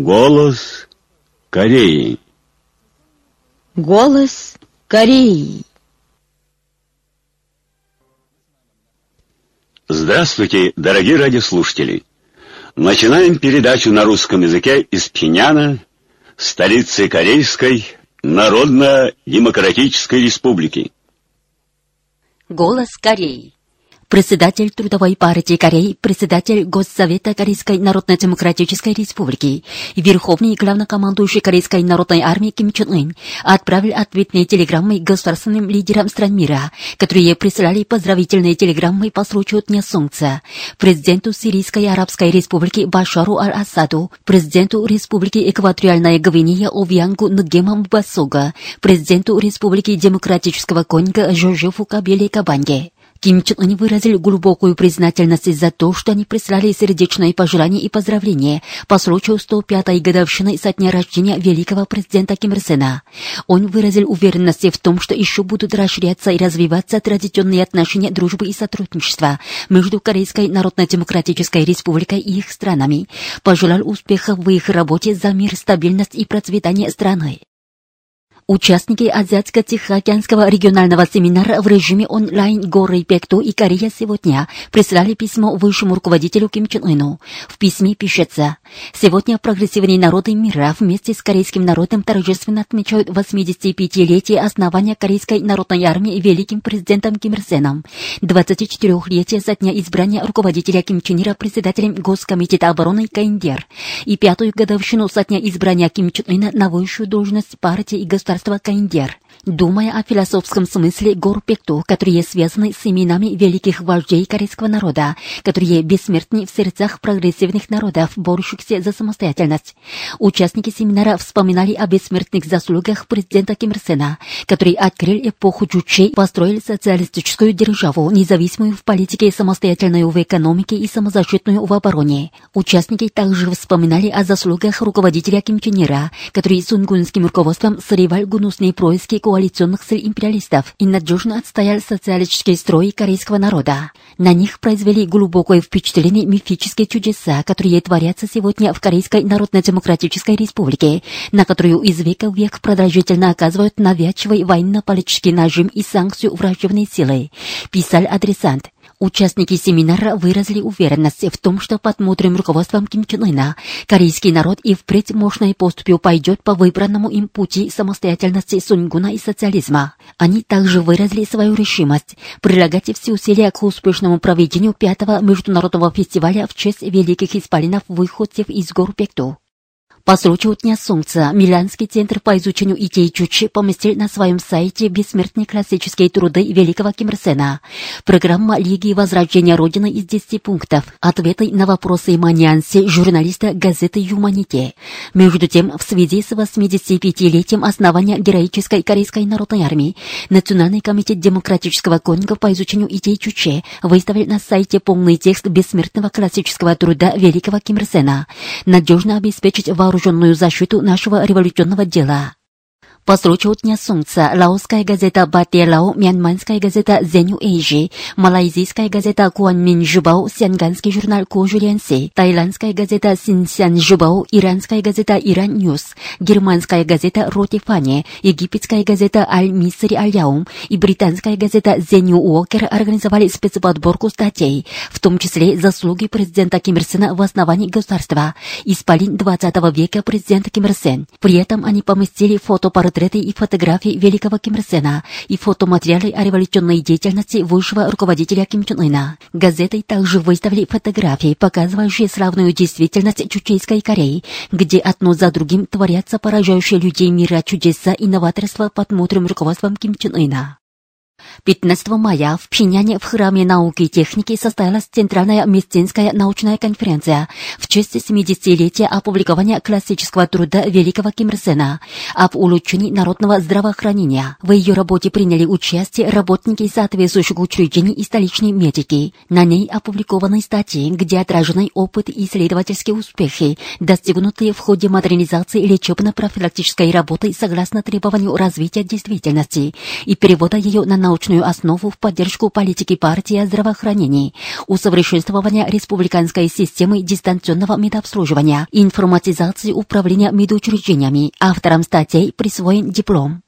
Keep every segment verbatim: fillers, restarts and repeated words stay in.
Голос Кореи. Голос Кореи. Здравствуйте, дорогие радиослушатели! Начинаем передачу на русском языке из Пхеньяна, столицы Корейской Народно-Демократической Республики. Голос Кореи. Председатель Трудовой партии Кореи, председатель Госсовета Корейской Народно-Демократической Республики и верховный главнокомандующий Корейской народной армии Ким Чен Ын отправил ответные телеграммы государственным лидерам стран мира, которые присылали поздравительные телеграммы по случаю Дня Солнца, президенту Сирийской Арабской Республики Башару Аль-Асаду, президенту Республики Экваториальная Гвинея Овьянгу Нгема Мбасога, президенту Республики Демократического Конго Жозефу Кабеле Кабанге. Ким Чен Ын выразил глубокую признательность за то, что они прислали сердечные пожелания и поздравления по случаю сто пятой годовщины со дня рождения великого президента Ким Ир Сена. Он выразил уверенность в том, что еще будут расширяться и развиваться традиционные отношения дружбы и сотрудничества между Корейской Народно-Демократической Республикой и их странами. Пожелал успехов в их работе за мир, стабильность и процветание страны. Участники Азиатско-Тихоокеанского регионального семинара в режиме онлайн Горы Пекту и Корея сегодня прислали письмо высшему руководителю Ким Чен Ыну. В письме пишется: «Сегодня прогрессивные народы мира вместе с корейским народом торжественно отмечают восьмидесятипятилетие основания Корейской народной армии великим президентом Ким Ир Сеном, двадцатичетырёхлетие со дня избрания руководителя Ким Чен Ира председателем Госкомитета обороны КНДР и пятую годовщину со дня избрания Ким Чен Ына на высшую должность партии и государства КНДР. Думая о философском смысле гор Пекту, которые связаны с именами великих вождей корейского народа, которые бессмертны в сердцах прогрессивных народов, борющихся за самостоятельность. Участники семинара вспоминали о бессмертных заслугах президента Ким Ир Сена, который открыл эпоху Джучи, построил социалистическую державу, независимую в политике, самостоятельную в экономике и самозащитную в обороне. Участники также вспоминали о заслугах руководителя Ким Чен Ира, который сунгунским руководством срывал гнусные происки коалиционных сил империалистов и надежно отстоял социалистический строй корейского народа. На них произвели глубокое впечатление мифические чудеса, которые творятся сегодня в Корейской Народно-Демократической Республике, на которую из века в век продолжительно оказывают навязчивый военно-политический нажим и санкцию враждебной силы, писал адресант. Участники семинара выразили уверенность в том, что под мудрым руководством Ким Чен Ына корейский народ и впредь мощной поступью пойдет по выбранному им пути самостоятельности, сунгуна и социализма. Они также выразили свою решимость прилагать все усилия к успешному проведению пятого международного фестиваля в честь великих исполинов выходцев из гор Пекту. По случаю Дня Солнца Миланский центр по изучению идей Чучи поместил на своем сайте бессмертные классические труды великого Ким Ир Сена. Программа Лиги Возрождения Родины из десяти пунктов. Ответы на вопросы Маньянси, журналиста газеты «Юманите». Между тем, в связи с восьмидесятипятилетием основания героической Корейской народной армии, Национальный комитет демократического Конго по изучению идей Чучи выставил на сайте полный текст бессмертного классического труда великого Ким Ир Сена. Надежно обеспечить вооружение вооруженную защиту нашего революционного дела. По случаю Дня Солнца лаосская газета «Батэ Лао», мьянманская газета «Зеню Эйжи», малайзийская газета «Куанмин Жубао», сянганский журнал «Кожурянси», таиландская газета «Синсян Жубао», иранская газета «Иран Ньюс», германская газета «Ротифани», египетская газета «Аль-Мисри Аль-Яум» и британская газета «Зеню Уокер» организовали спецподборку статей, в том числе заслуги президента Ким Ир Сена в основании государства, исполин двадцатого века президент Ким Ир Сен. При этом они поместили фотопортреты и фотографии великого Ким Ир Сена и фотоматериалы о революционной деятельности высшего руководителя Ким Чен Ына. Газеты также выставили фотографии, показывающие славную действительность Чучейской Кореи, где одно за другим творятся поражающие людей мира чудеса и новаторства под мудрым руководством Ким Чен Ына. пятнадцатого мая в Пхеньяне в Храме науки и техники состоялась Центральная Местинская научная конференция в честь семидесятилетия опубликования классического труда великого Ким Ир Сена об улучшении народного здравоохранения. В ее работе приняли участие работники соответствующих учреждений и столичные медики. На ней опубликованы статьи, где отражены опыт и исследовательские успехи, достигнутые в ходе модернизации лечебно-профилактической работы согласно требованию развития действительности и перевода ее на научную научную основу в поддержку политики партии о здравоохранении, усовершенствования республиканской системы дистанционного медобслуживания, информатизации управления медучреждениями. Авторам статей присвоен диплом.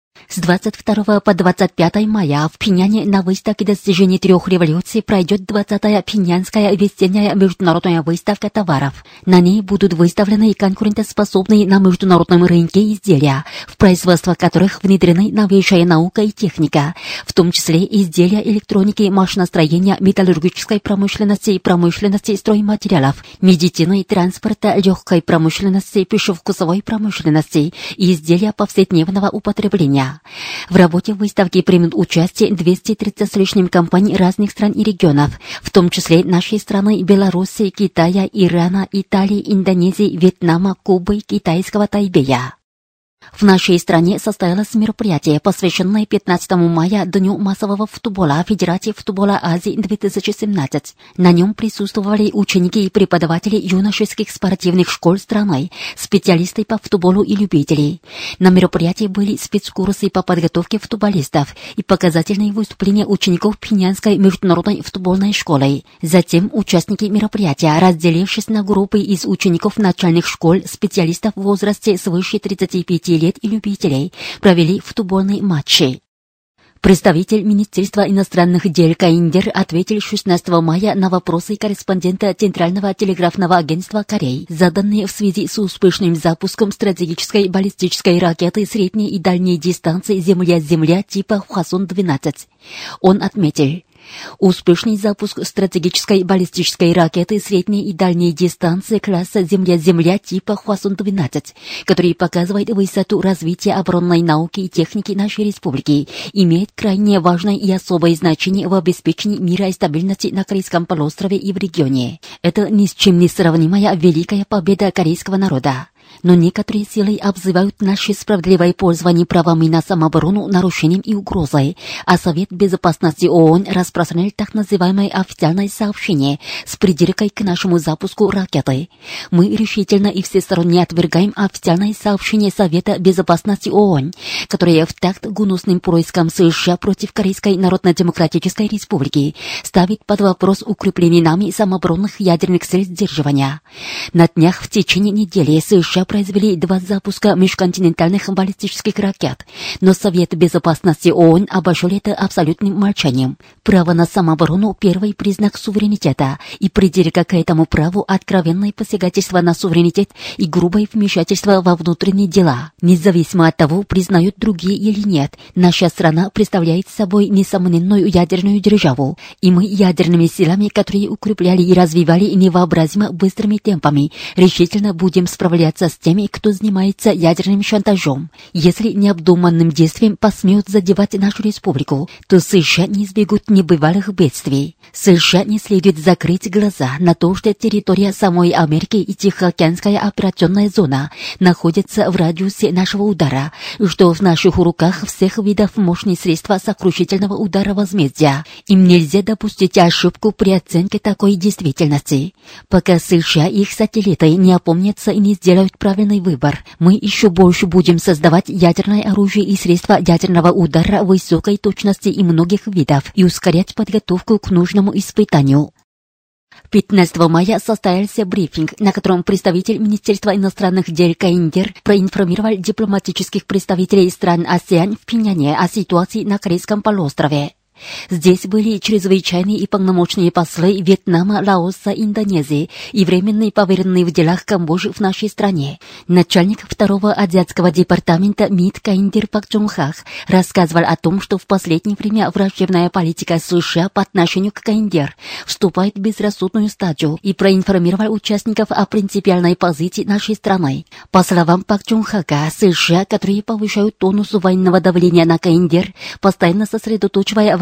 С двадцать второго по двадцать пятое мая в Пхеньяне на выставке достижений трех революций пройдет двадцатая Пхеньянская весенняя международная выставка товаров. На ней будут выставлены конкурентоспособные на международном рынке изделия, в производство которых внедрены новейшая наука и техника, в том числе изделия электроники, машиностроения, металлургической промышленности, промышленности стройматериалов, медицины, транспорта, легкой промышленности, пищевкусовой промышленности и изделия повседневного употребления. В работе выставки примут участие двести тридцать с лишним компаний разных стран и регионов, в том числе нашей страны Беларуси, Китая, Ирана, Италии, Индонезии, Вьетнама, Кубы, Китайского Тайбэя. В нашей стране состоялось мероприятие, посвященное пятнадцатому мая Дню массового футбола Федерации футбола Азии две тысячи семнадцать. На нем присутствовали ученики и преподаватели юношеских спортивных школ страны, специалисты по футболу и любители. На мероприятии были спецкурсы по подготовке футболистов и показательные выступления учеников Пхеньянской международной футбольной школы. Затем участники мероприятия, разделившись на группы из учеников начальных школ, специалистов в возрасте свыше тридцати пяти лет и любителей, провели футбольные матчи. Представитель Министерства иностранных дел КНДР ответил шестнадцатого мая на вопросы корреспондента Центрального телеграфного агентства Кореи, заданные в связи с успешным запуском стратегической баллистической ракеты средней и дальней дистанции Земля-Земля типа Хвасон двенадцать. Он отметил: успешный запуск стратегической баллистической ракеты средней и дальней дистанции класса Земля-Земля типа Хвасон двенадцать, который показывает высоту развития оборонной науки и техники нашей республики, имеет крайне важное и особое значение в обеспечении мира и стабильности на Корейском полуострове и в регионе. Это ни с чем не сравнимая великая победа корейского народа. Но некоторые силы обзывают наше справедливое пользование правами на самооборону нарушением и угрозой, а Совет Безопасности ООН распространил так называемое официальное сообщение с придиркой к нашему запуску ракеты. Мы решительно и всесторонне отвергаем официальное сообщение Совета Безопасности ООН, которое в такт гнусным проискам США против Корейской Народно-Демократической Республики ставит под вопрос укрепление нами самооборонных ядерных средств сдерживания. На днях в течение недели США произвели два запуска межконтинентальных баллистических ракет, но Совет Безопасности ООН обошел это абсолютным молчанием. Право на самооборону – первый признак суверенитета, и придирка к этому праву откровенное посягательство на суверенитет и грубое вмешательство во внутренние дела. Независимо от того, признают другие или нет, наша страна представляет собой несомненную ядерную державу, и мы ядерными силами, которые укрепляли и развивали невообразимо быстрыми темпами, решительно будем справляться с теми, кто занимается ядерным шантажом. Если необдуманным действием посмеют задевать нашу республику, то США не избегут небывалых бедствий. США не следует закрыть глаза на то, что территория самой Америки и Тихоокеанская операционная зона находятся в радиусе нашего удара, и что в наших руках всех видов мощные средства сокрушительного удара возмездия. Им нельзя допустить ошибку при оценке такой действительности. Пока США и их сателлиты не опомнятся и не сделают правильный выбор, мы еще больше будем создавать ядерное оружие и средства ядерного удара высокой точности и многих видов и ускорять подготовку к нужному испытанию. пятнадцатого мая состоялся брифинг, на котором представитель Министерства иностранных дел КНДР проинформировал дипломатических представителей стран АСЕАН в Пхеньяне о ситуации на Корейском полуострове. Здесь были чрезвычайные и полномочные послы Вьетнама, Лаоса, Индонезии и временные поверенные в делах Камбоджи в нашей стране. Начальник второго азиатского департамента МИД КНДР Пак Чон Хак рассказывал о том, что в последнее время враждебная политика США по отношению к КНДР вступает в безрассудную стадию и проинформировал участников о принципиальной позиции нашей страны. По словам Пак Чон Хака, США, которые повышают тонус военного давления на КНДР, постоянно сосредоточивая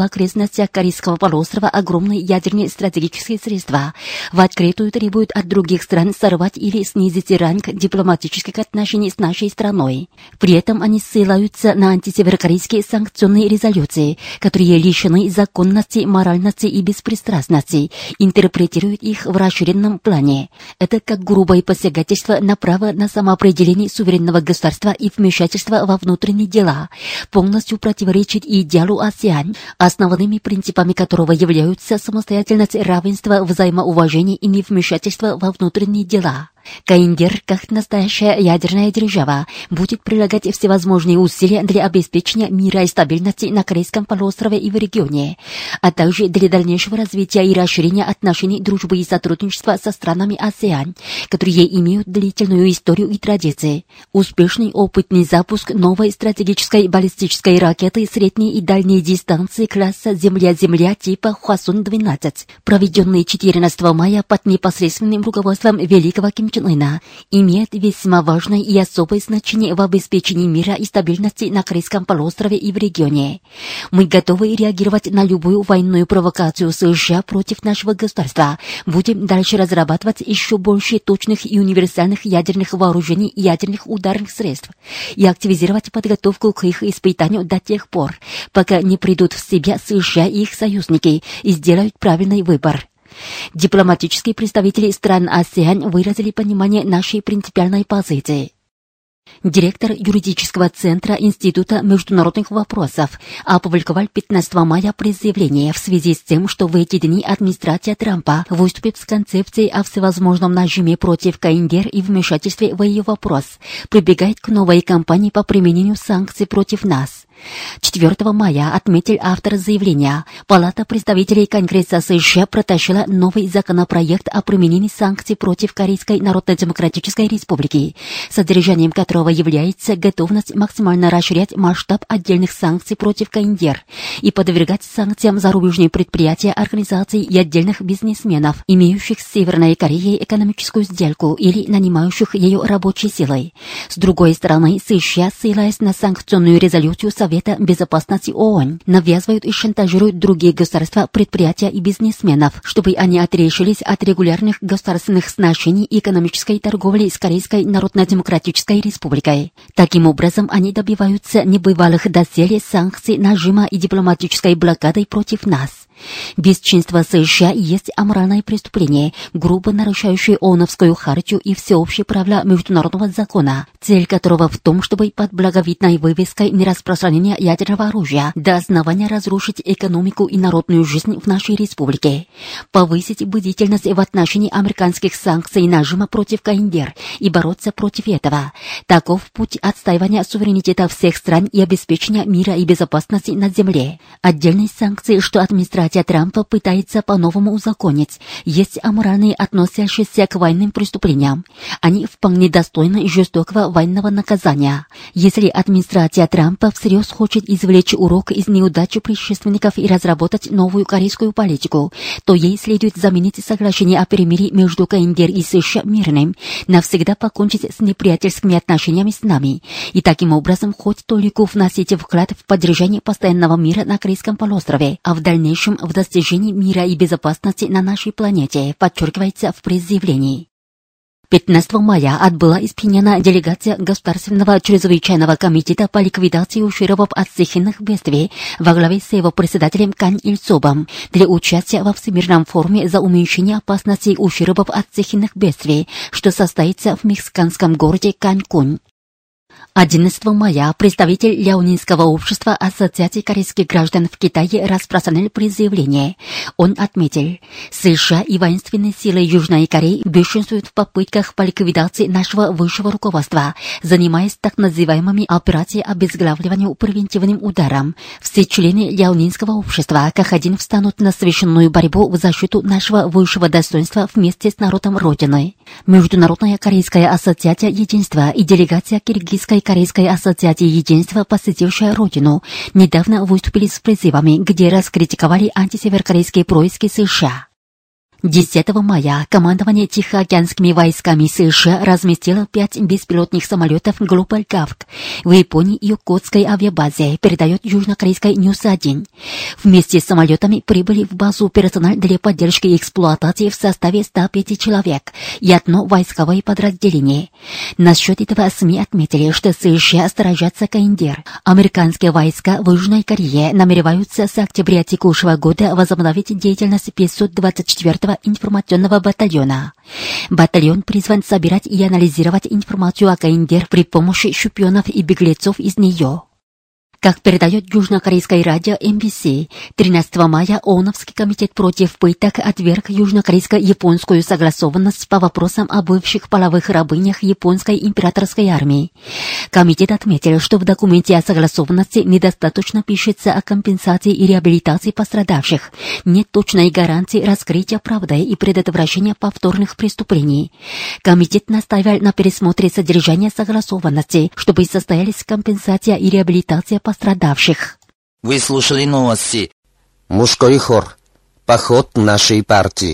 окрестностях Корейского полуострова огромные ядерные стратегические средства, в открытую требуют от других стран сорвать или снизить ранг дипломатических отношений с нашей страной. При этом они ссылаются на антисеверокорейские санкционные резолюции, которые лишены законности, моральности и беспристрастности, интерпретируют их в расширенном плане. Это как грубое посягательство на право на самоопределение суверенного государства и вмешательство во внутренние дела, полностью противоречит идеалу АСЕАН, основными принципами которого являются самостоятельность, равенство, взаимоуважение и невмешательство во внутренние дела. КНДР, как настоящая ядерная держава, будет прилагать всевозможные усилия для обеспечения мира и стабильности на Корейском полуострове и в регионе, а также для дальнейшего развития и расширения отношений дружбы и сотрудничества со странами АСЕАН, которые имеют длительную историю и традиции. Успешный опытный запуск новой стратегической баллистической ракеты средней и дальней дистанции класса «Земля-Земля» типа Хвасун двенадцать, проведенный четырнадцатого мая под непосредственным руководством великого Ким Чен Ына, имеет весьма важное и особое значение в обеспечении мира и стабильности на Корейском полуострове и в регионе. Мы готовы реагировать на любую военную провокацию США против нашего государства. Будем дальше разрабатывать еще больше точных и универсальных ядерных вооружений и ядерных ударных средств и активизировать подготовку к их испытанию до тех пор, пока не придут в себя США и их союзники и сделают правильный выбор. Дипломатические представители стран АСЕАН выразили понимание нашей принципиальной позиции. Директор юридического центра Института международных вопросов опубликовал пятнадцатого мая пресс-заявление в связи с тем, что в эти дни администрация Трампа выступит с концепцией о всевозможном нажиме против КНДР и вмешательстве в ее вопрос, прибегает к новой кампании по применению санкций против нас. четвёртого мая, отметил автор заявления, Палата представителей Конгресса США протащила новый законопроект о применении санкций против Корейской Народно-Демократической Республики, содержанием которого является готовность максимально расширять масштаб отдельных санкций против КНДР и подвергать санкциям зарубежные предприятия, организации и отдельных бизнесменов, имеющих с Северной Кореей экономическую сделку или нанимающих ее рабочей силой. С другой стороны, США, ссылаясь на санкционную резолюцию Совета безопасности ООН, навязывают и шантажируют другие государства, предприятия и бизнесменов, чтобы они отрешились от регулярных государственных сношений и экономической торговли с Корейской Народно-Демократической Республикой. Таким образом, они добиваются небывалых доселе санкций, нажима и дипломатической блокады против нас. Бесчинство США есть аморальное преступление, грубо нарушающее ООНовскую хартию и всеобщие правила международного закона, цель которого в том, чтобы под благовидной вывеской нераспространения ядерного оружия до основания разрушить экономику и народную жизнь в нашей республике, повысить бдительность в отношении американских санкций и нажима против КНДР и бороться против этого. Таков путь отстаивания суверенитета всех стран и обеспечения мира и безопасности на земле. Отдельные санкции, что администрация Трампа пытается по-новому узаконить, есть аморальные, относящиеся к военным преступлениям. Они вполне достойны жестокого военного наказания. Если администрация Трампа всерьез хочет извлечь урок из неудачи предшественников и разработать новую корейскую политику, то ей следует заменить соглашение о перемирии между КНДР и США мирным, навсегда покончить с неприятельскими отношениями с нами и таким образом хоть толику вносить вклад в поддержание постоянного мира на Корейском полуострове, а в дальнейшем в достижении мира и безопасности на нашей планете, подчеркивается в пресс-заявлении. пятнадцатого мая отбыла из Пхеньяна делегация Государственного чрезвычайного комитета по ликвидации ущербов от стихийных бедствий во главе с его председателем Кан Иль Собом для участия во Всемирном форуме за уменьшение опасности ущербов от стихийных бедствий, что состоится в мексиканском городе Канкун. одиннадцатого мая представитель Ляонинского общества Ассоциации корейских граждан в Китае распространил пресс-заявление. Он отметил, США и воинственные силы Южной Кореи бешенствуют в попытках по ликвидации нашего высшего руководства, занимаясь так называемыми операцией обезглавливания превентивным ударом. Все члены Ляонинского общества как один встанут на священную борьбу в защиту нашего высшего достоинства вместе с народом Родины. Международная корейская ассоциация единства и делегация Киргизской Корейской ассоциации единства, посетившая родину, недавно выступили с призывами, где раскритиковали антисеверокорейские происки США. десятого мая командование Тихоокеанскими войсками США разместило пять беспилотных самолетов Global Hawk в Японии и Окотской авиабазе, передает южнокорейская Ньюс один. Вместе с самолетами прибыли в базу персональ для поддержки и эксплуатации в составе ста пяти человек и одно войсковое подразделение. Насчет этого СМИ отметили, что США сторожатся КНДР. Американские войска в Южной Корее намереваются с октября текущего года возобновить деятельность пятьсот двадцать четвёртого информационного батальона. Батальон призван собирать и анализировать информацию о КНДР при помощи шпионов и беглецов из нее. Как передает южнокорейское радио эм би си, тринадцатого мая ООНовский комитет против пыток отверг южнокорейско-японскую согласованность по вопросам о бывших половых рабынях японской императорской армии. Комитет отметил, что в документе о согласованности недостаточно пишется о компенсации и реабилитации пострадавших, нет точной гарантии раскрытия правды и предотвращения повторных преступлений. Комитет настаивал на пересмотре содержания согласованности, чтобы состоялись компенсация и реабилитация пострадавших. Вы слушали новости. Мужской хор. Поход нашей партии.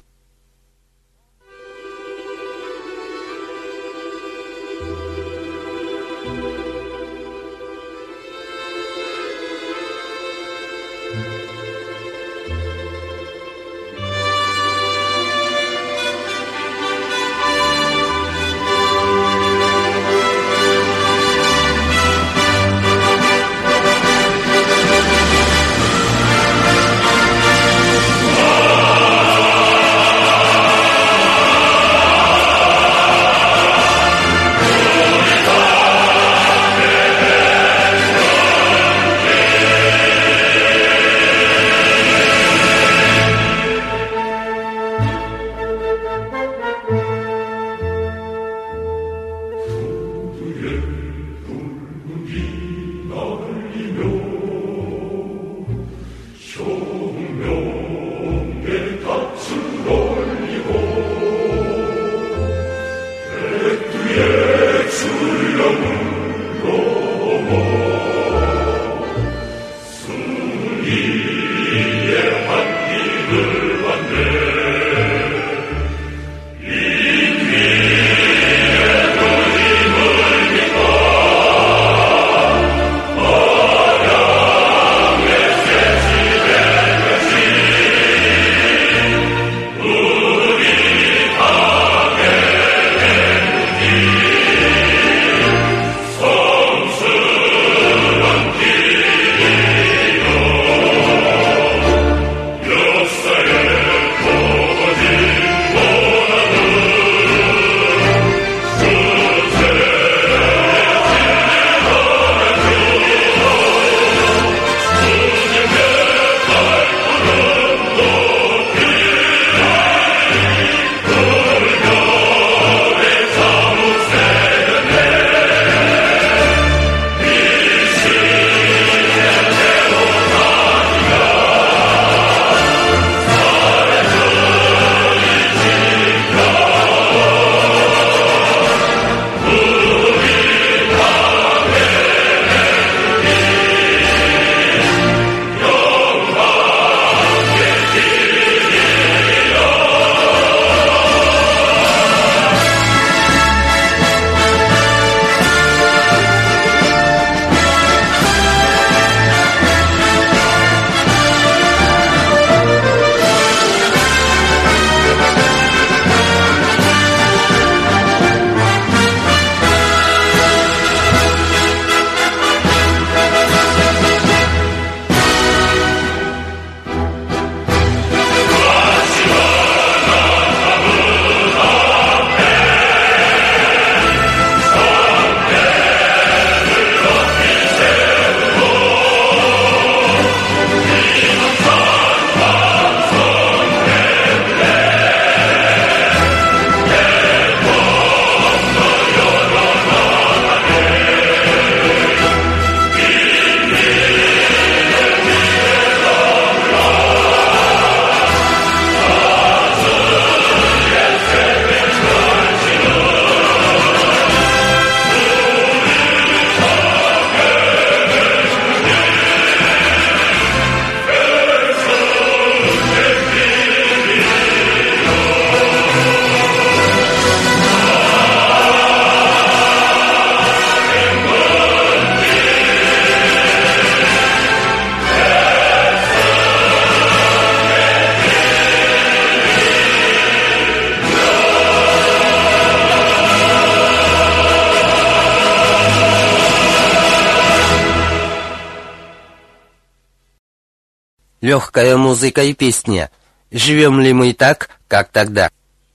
легкая музыка и песня. Живем ли мы так, как тогда?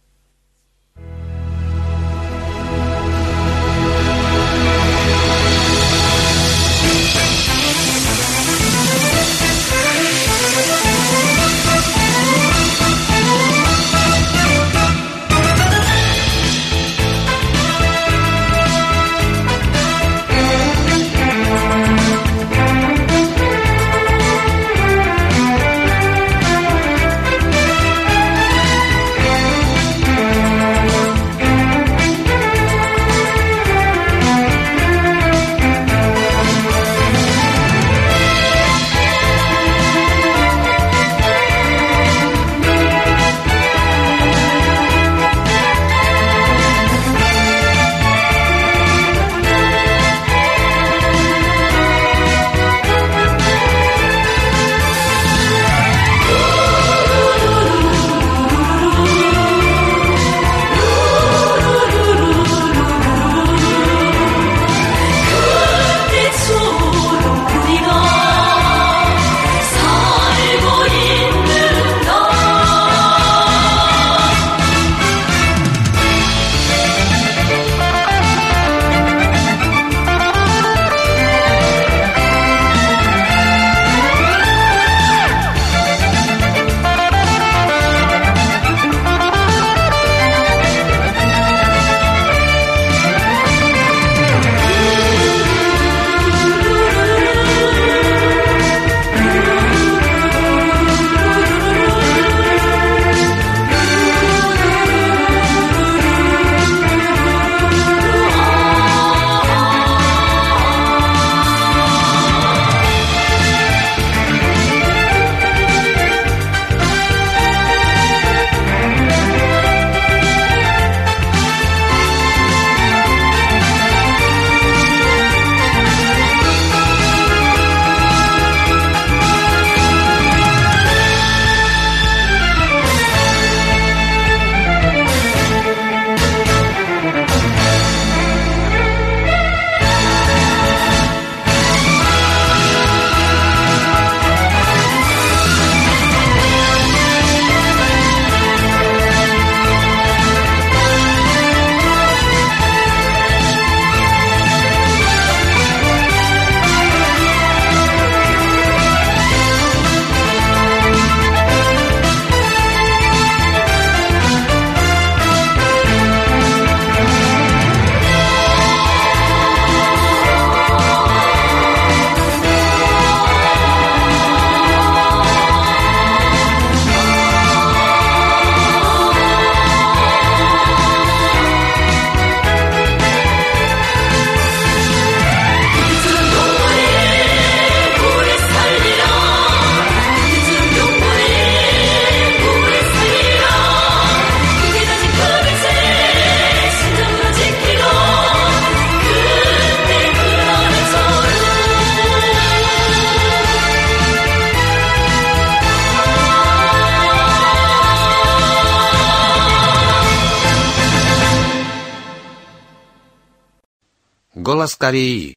Голос Кореи.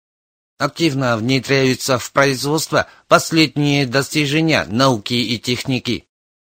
Активно внедряются в производство последние достижения науки и техники.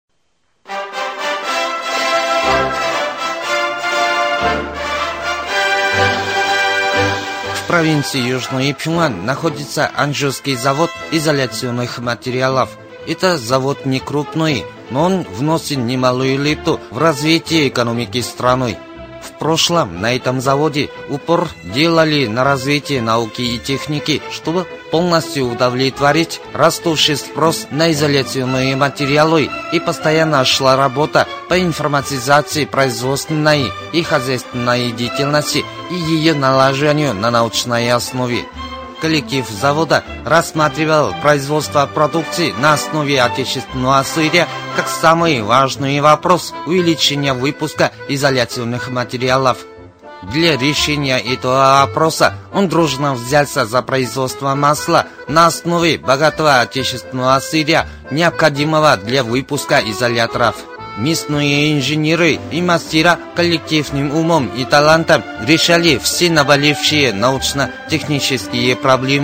В провинции Южный Пхёнган находится Анжуский завод изоляционных материалов. Это завод не крупный, но он вносит немалую лепту в развитие экономики страны. В прошлом на этом заводе упор делали на развитие науки и техники, чтобы полностью удовлетворить растущий спрос на изоляционные материалы, и постоянно шла работа по информатизации производственной и хозяйственной деятельности и ее наложению на научной основе. Коллектив завода рассматривал производство продукции на основе отечественного сырья как самый важный вопрос увеличения выпуска изоляционных материалов. Для решения этого вопроса он дружно взялся за производство масла на основе богатого отечественного сырья, необходимого для выпуска изоляторов. Местные инженеры и мастера коллективным умом и талантом решали все наболевшие научно-технические проблемы.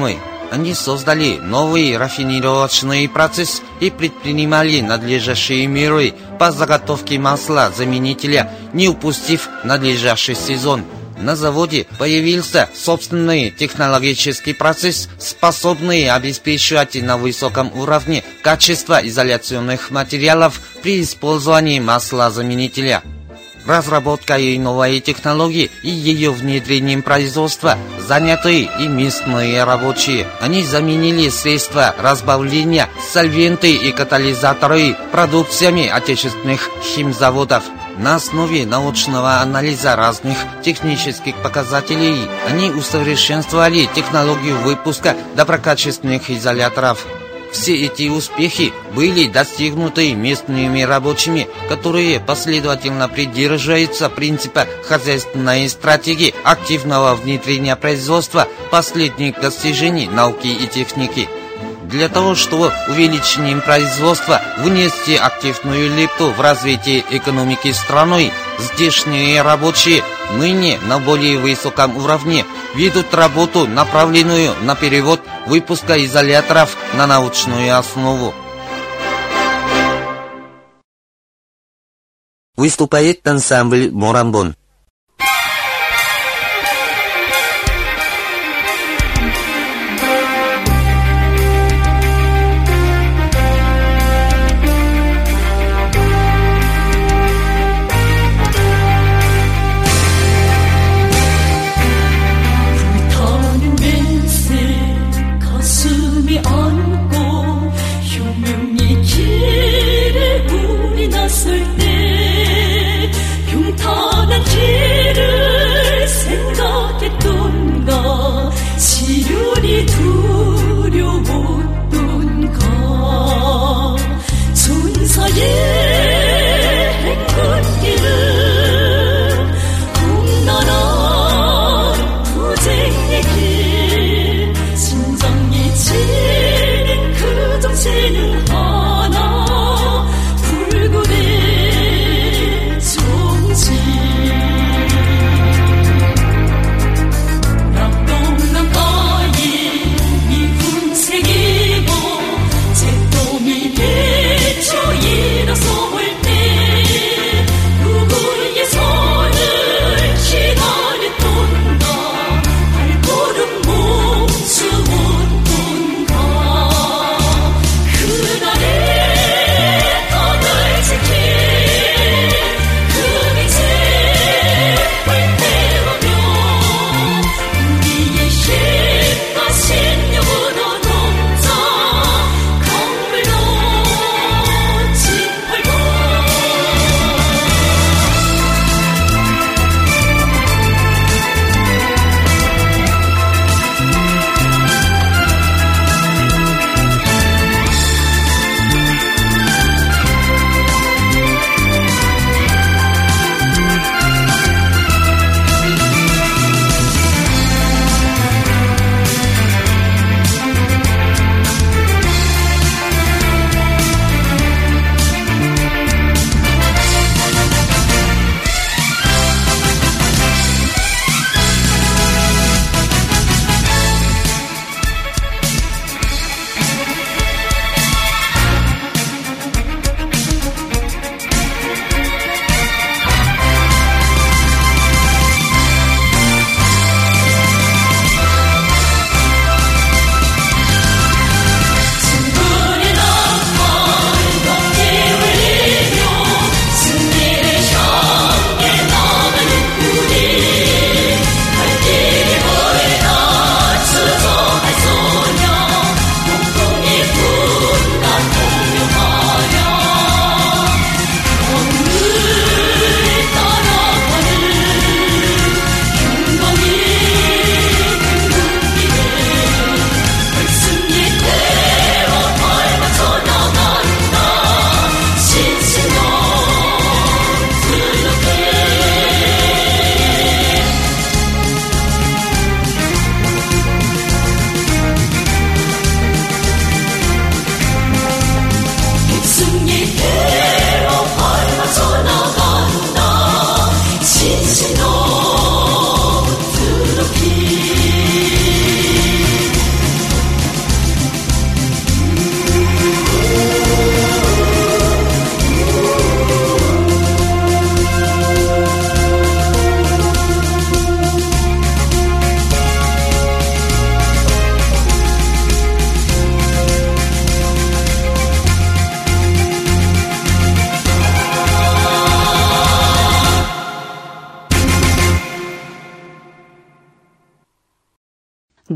Они создали новый рафинировочный процесс и предпринимали надлежащие меры по заготовке масла-заменителя, не упустив надлежащий сезон. На заводе появился собственный технологический процесс, способный обеспечивать на высоком уровне качество изоляционных материалов при использовании масла-заменителя. Разработкой новой технологии и ее внедрением производства заняты и местные рабочие. Они заменили средства разбавления, сольвенты и катализаторы продукциями отечественных химзаводов. На основе научного анализа разных технических показателей они усовершенствовали технологию выпуска доброкачественных изоляторов. Все эти успехи были достигнуты местными рабочими, которые последовательно придерживаются принципа хозяйственной стратегии активного внедрения производства последних достижений науки и техники. Для того, чтобы увеличением производства внести активную лепту в развитие экономики страны, здешние рабочие ныне на более высоком уровне ведут работу, направленную на перевод выпуска изоляторов на научную основу. Выступает ансамбль «Морамбон». 흉탄한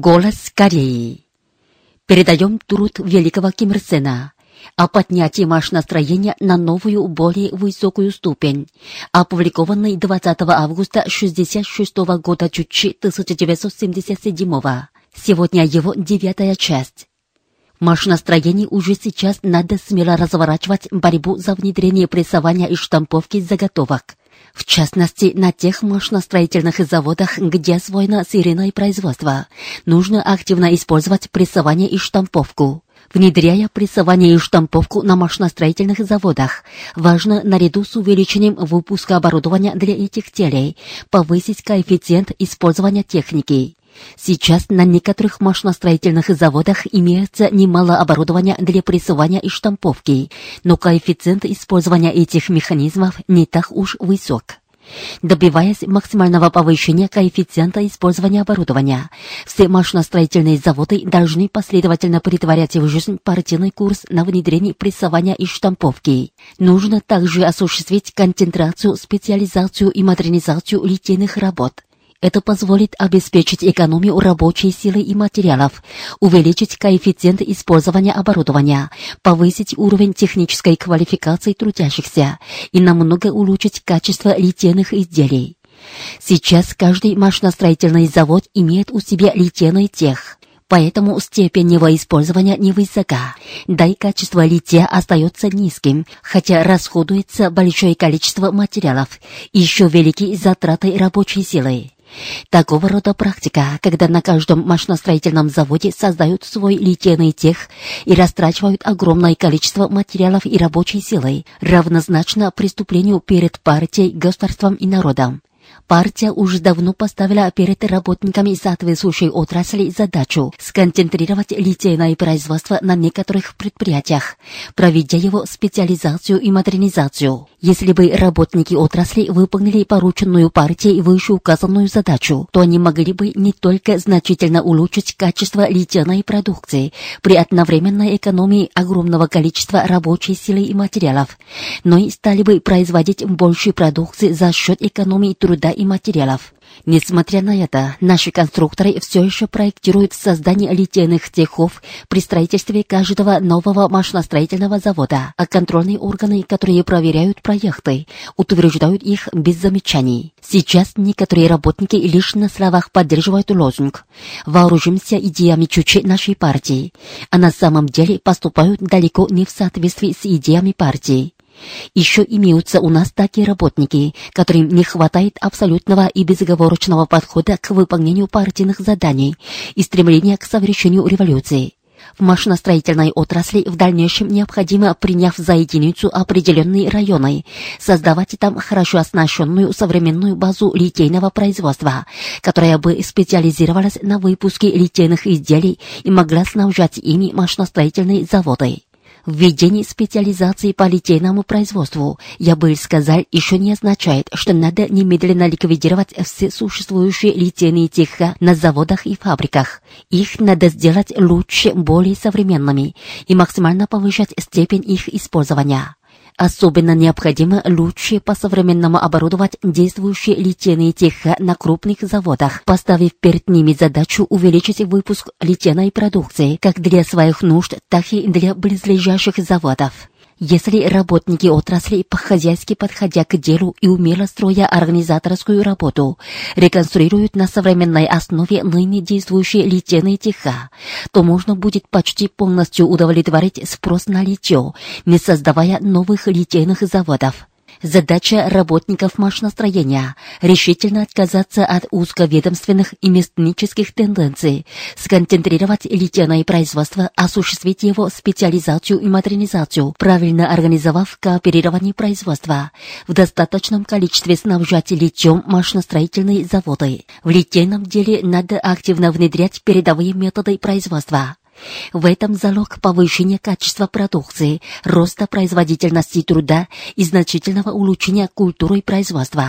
Голос Кореи. Передаем труд великого Ким Ир Сена о поднятии машиностроения на новую, более высокую ступень, опубликованный двадцатого августа шестьдесят шестого года Чучи тысяча девятьсот семьдесят седьмого. Сегодня его девятая часть. В машиностроении уже сейчас надо смело разворачивать борьбу за внедрение прессования и штамповки заготовок. В частности, на тех машиностроительных заводах, где освоено серийное производство, нужно активно использовать прессование и штамповку. Внедряя прессование и штамповку на машиностроительных заводах, важно наряду с увеличением выпуска оборудования для этих целей повысить коэффициент использования техники. Сейчас на некоторых машиностроительных заводах имеется немало оборудования для прессования и штамповки, но коэффициент использования этих механизмов не так уж высок. Добиваясь максимального повышения коэффициента использования оборудования, все машиностроительные заводы должны последовательно претворять в жизнь партийный курс на внедрение прессования и штамповки. Нужно также осуществить концентрацию, специализацию и модернизацию литейных работ. Это позволит обеспечить экономию рабочей силы и материалов, увеличить коэффициент использования оборудования, повысить уровень технической квалификации трудящихся и намного улучшить качество литейных изделий. Сейчас каждый машиностроительный завод имеет у себя литейный тех. Поэтому степень его использования невысока, да и качество литья остается низким, хотя расходуется большое количество материалов и еще великие затраты рабочей силы. Такого рода практика, когда на каждом машиностроительном заводе создают свой литейный тех и растрачивают огромное количество материалов и рабочей силы, равнозначна преступлению перед партией, государством и народом. Партия уже давно поставила перед работниками соответствующей отрасли задачу сконцентрировать литейное производство на некоторых предприятиях, проведя его специализацию и модернизацию. Если бы работники отрасли выполнили порученную партией вышеуказанную задачу, то они могли бы не только значительно улучшить качество литейной продукции при одновременной экономии огромного количества рабочей силы и материалов, но и стали бы производить больше продукции за счет экономии труда и материалов. Несмотря на это, наши конструкторы все еще проектируют создание литейных цехов при строительстве каждого нового машиностроительного завода, а контрольные органы, которые проверяют проекты, утверждают их без замечаний. Сейчас некоторые работники лишь на словах поддерживают лозунг «Вооружимся идеями Чучи нашей партии», а на самом деле поступают далеко не в соответствии с идеями партии. Еще имеются у нас такие работники, которым не хватает абсолютного и безоговорочного подхода к выполнению партийных заданий и стремления к совершению революции. В машиностроительной отрасли в дальнейшем необходимо, приняв за единицу определенные районы, создавать там хорошо оснащенную современную базу литейного производства, которая бы специализировалась на выпуске литейных изделий и могла снабжать ими машиностроительные заводы. Введение специализации по литейному производству, я бы сказал, еще не означает, что надо немедленно ликвидировать все существующие литейные цеха на заводах и фабриках. Их надо сделать лучше, более современными и максимально повышать степень их использования. Особенно необходимо лучше по-современному оборудовать действующие литейные цеха на крупных заводах, поставив перед ними задачу увеличить выпуск литейной продукции как для своих нужд, так и для близлежащих заводов. Если работники отрасли, по-хозяйски подходя к делу и умело строя организаторскую работу, реконструируют на современной основе ныне действующие литейные цеха, то можно будет почти полностью удовлетворить спрос на литье, не создавая новых литейных заводов. Задача работников машиностроения – решительно отказаться от узковедомственных и местнических тенденций, сконцентрировать литейное производство, осуществить его специализацию и модернизацию, правильно организовав кооперирование производства, в достаточном количестве снабжать литьем машиностроительные заводы. В литейном деле надо активно внедрять передовые методы производства. В этом залог повышения качества продукции, роста производительности труда и значительного улучшения культуры производства.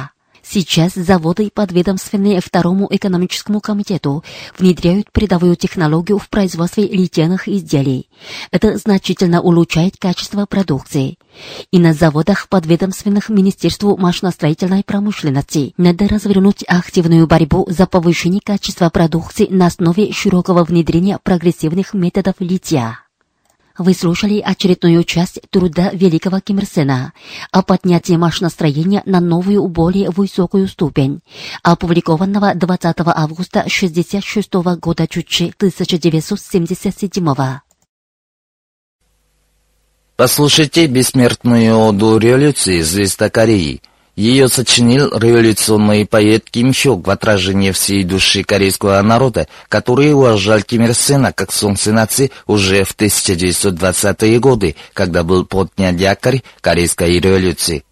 Сейчас заводы, подведомственные Второму экономическому комитету, внедряют передовую технологию в производстве литейных изделий. Это значительно улучшает качество продукции. И на заводах, подведомственных Министерству машиностроительной промышленности, надо развернуть активную борьбу за повышение качества продукции на основе широкого внедрения прогрессивных методов литья. Вы слушали очередную часть труда великого Ким Ир Сена о поднятии машиностроения на новую, более высокую ступень, опубликованного двадцатого августа шестьдесят шестого года Чучжи тысяча девятьсот семьдесят седьмого. Послушайте бессмертную оду революции «Звезда Кореи». Ее сочинил революционный поэт Ким Хёк в отражении всей души корейского народа, который уважал Ким Ир Сена как солнце нации уже в тысяча девятьсот двадцатые годы, когда был поднят якорь корейской революции.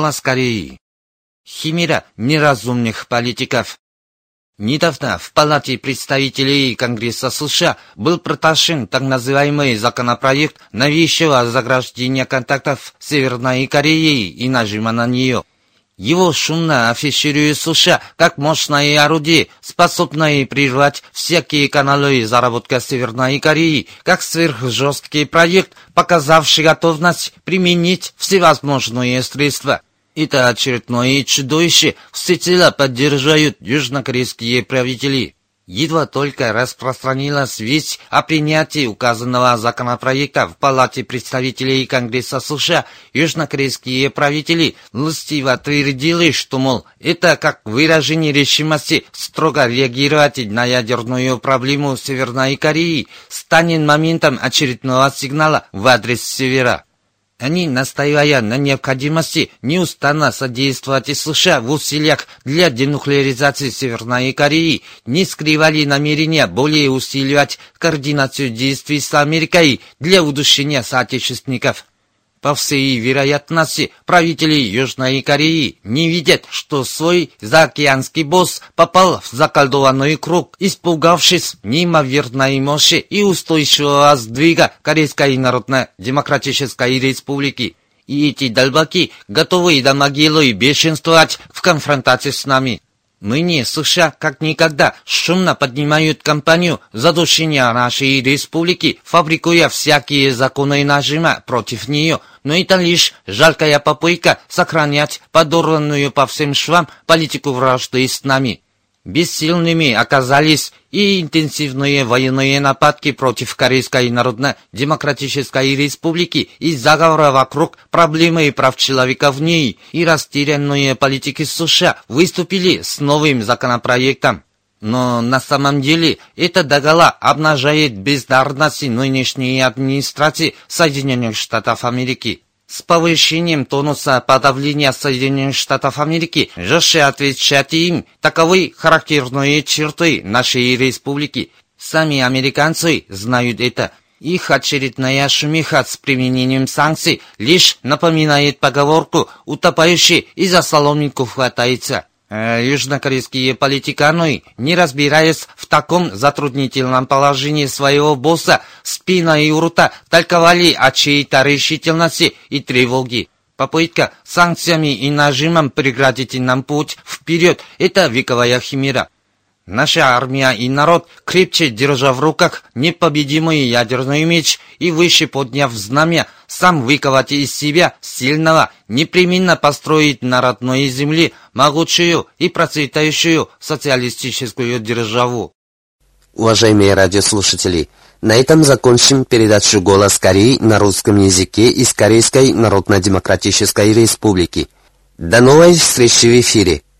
«Голос Кореи». Химера неразумных политиков. Недавно в Палате представителей Конгресса США был протащен так называемый законопроект новейшего заграждения контактов с Северной Кореей и нажима на нее. Его шумно афиширует США как мощное орудие, способное прервать всякие каналы заработка Северной Кореи, как сверхжесткий проект, показавший готовность применить всевозможные средства. Это очередное чудовище всецело поддерживают южнокорейские правители. Едва только распространилась весть о принятии указанного законопроекта в Палате представителей Конгресса США, южнокорейские правители льстиво твердили, что, мол, это как выражение решимости строго реагировать на ядерную проблему Северной Кореи, станет моментом очередного сигнала в адрес Севера. Они, настаивая на необходимости неустанно содействовать США в усилиях для денуклеаризации Северной Кореи, не скрывали намерения более усиливать координацию действий с Америкой для удушения соотечественников. По всей вероятности, правители Южной Кореи не видят, что свой заокеанский босс попал в заколдованный круг, испугавшись неимоверной мощи и устойчивого сдвига Корейской Народно-Демократической Республики. И эти долбаки готовы до могилы бешенствовать в конфронтации с нами. Ныне США как никогда шумно поднимают кампанию задушения нашей республики, фабрикуя всякие законы нажима против нее, но это лишь жалкая попытка сохранять подорванную по всем швам политику вражды с нами. Бессильными оказались и интенсивные военные нападки против Корейской Народно-Демократической Республики и заговора вокруг проблемы прав человека в ней, и растерянные политики США выступили с новым законопроектом. Но на самом деле это догола обнажает бездарность нынешней администрации Соединенных Штатов Америки. С повышением тонуса подавления Соединенных Штатов Америки жестче отвечать им таковы характерные черты нашей республики. Сами американцы знают это. Их очередная шумиха с применением санкций лишь напоминает поговорку «утопающий и за соломинку хватается». Южнокорейские политиканы, не разбираясь в таком затруднительном положении своего босса, спина и рта толковали о чьей-то решительности и тревоге. Попытка санкциями и нажимом преградить нам путь вперед – это вековая химера. Наша армия и народ, крепче держа в руках непобедимый ядерный меч и выше подняв знамя, сам выковать из себя сильного, непременно построить на родной земле могучую и процветающую социалистическую державу. Уважаемые радиослушатели, на этом закончим передачу «Голос Кореи» на русском языке из Корейской Народно-Демократической Республики. До новой встречи в эфире!